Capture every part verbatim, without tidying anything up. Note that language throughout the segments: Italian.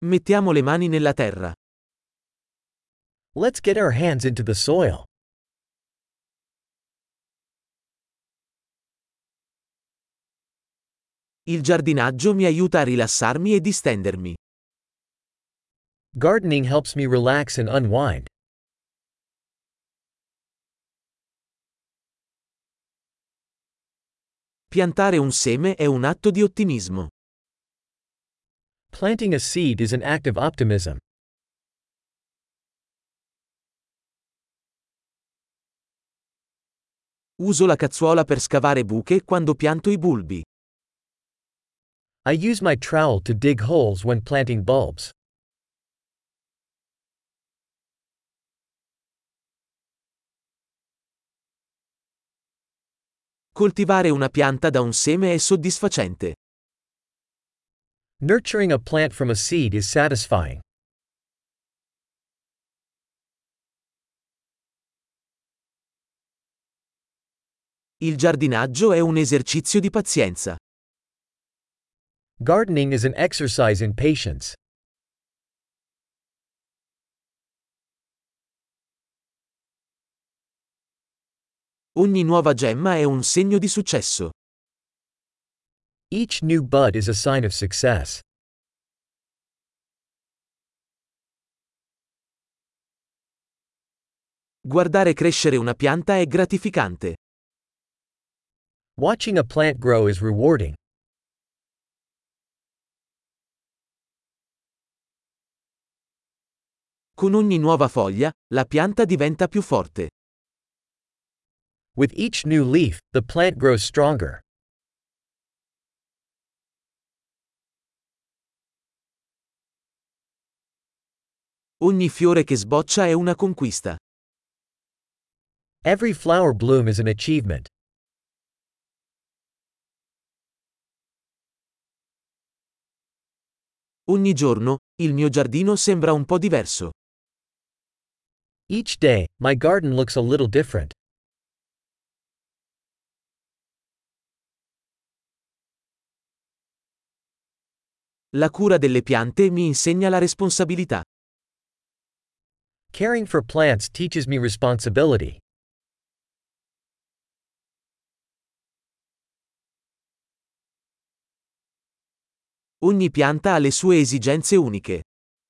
Mettiamo le mani nella terra. Let's get our hands into the soil. Il giardinaggio mi aiuta a rilassarmi e distendermi. Gardening helps me relax and unwind. Piantare un seme è un atto di ottimismo. Planting a seed is an act of optimism. Uso la cazzuola per scavare buche quando pianto i bulbi. I use my trowel to dig holes when planting bulbs. Coltivare una pianta da un seme è soddisfacente. Nurturing a plant from a seed is satisfying. Il giardinaggio è un esercizio di pazienza. Gardening is an exercise in patience. Ogni nuova gemma è un segno di successo. Each new bud is a sign of success. Guardare crescere una pianta è gratificante. Watching a plant grow is rewarding. Con ogni nuova foglia, la pianta diventa più forte. With each new leaf, the plant grows stronger. Ogni fiore che sboccia è una conquista. Every flower bloom is an achievement. Ogni giorno, il mio giardino sembra un po' diverso. Each day, my garden looks a little different. La cura delle piante mi insegna la responsabilità. Caring for plants teaches me responsibility. Ogni pianta ha le sue esigenze uniche.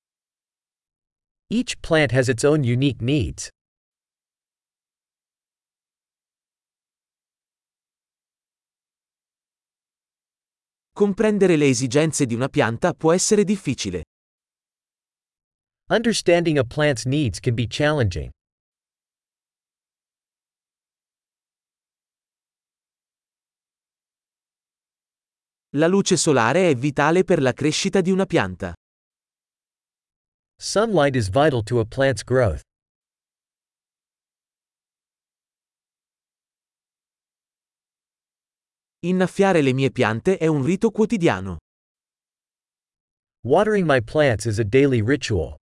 Each plant has its own unique needs. Comprendere le esigenze di una pianta può essere difficile. Understanding a plant's needs can be challenging. La luce solare è vitale per la crescita di una pianta. Sunlight is vital to a plant's growth. Innaffiare le mie piante è un rito quotidiano. Watering my plants is a daily ritual.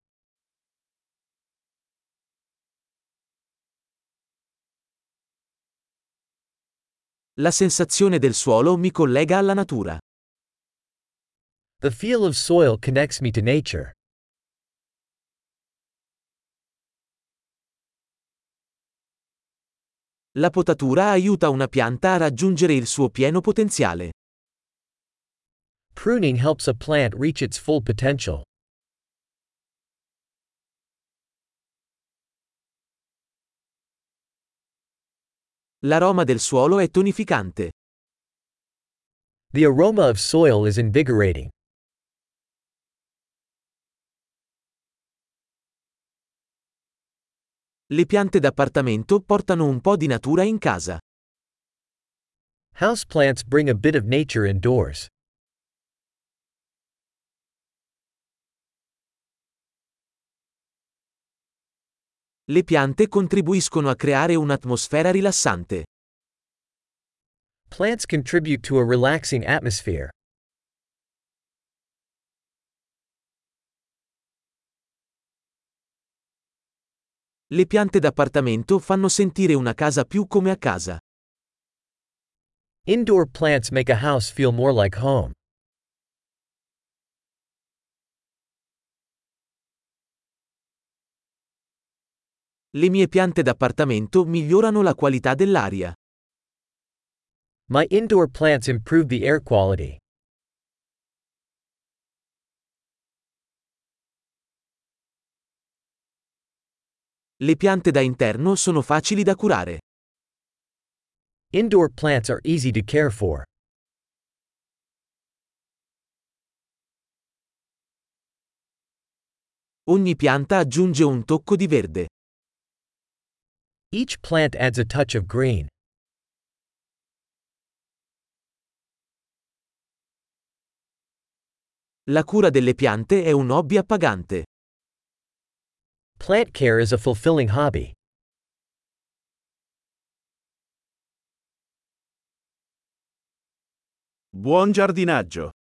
La sensazione del suolo mi collega alla natura. The feel of soil connects me to nature. La potatura aiuta una pianta a raggiungere il suo pieno potenziale. Pruning helps a plant reach its full potential. L'aroma del suolo è tonificante. The aroma of soil is invigorating. Le piante d'appartamento portano un po' di natura in casa. Houseplants bring a bit of nature indoors. Le piante contribuiscono a creare un'atmosfera rilassante. Plants contribute to a relaxing atmosphere. Le piante d'appartamento fanno sentire una casa più come a casa. Indoor plants make a house feel more like home. Le mie piante d'appartamento migliorano la qualità dell'aria. My indoor plants improve the air quality. Le piante da interno sono facili da curare. Indoor plants are easy to care for. Ogni pianta aggiunge un tocco di verde. Each plant adds a touch of green. La cura delle piante è un hobby appagante. Plant care is a fulfilling hobby. Buon giardinaggio!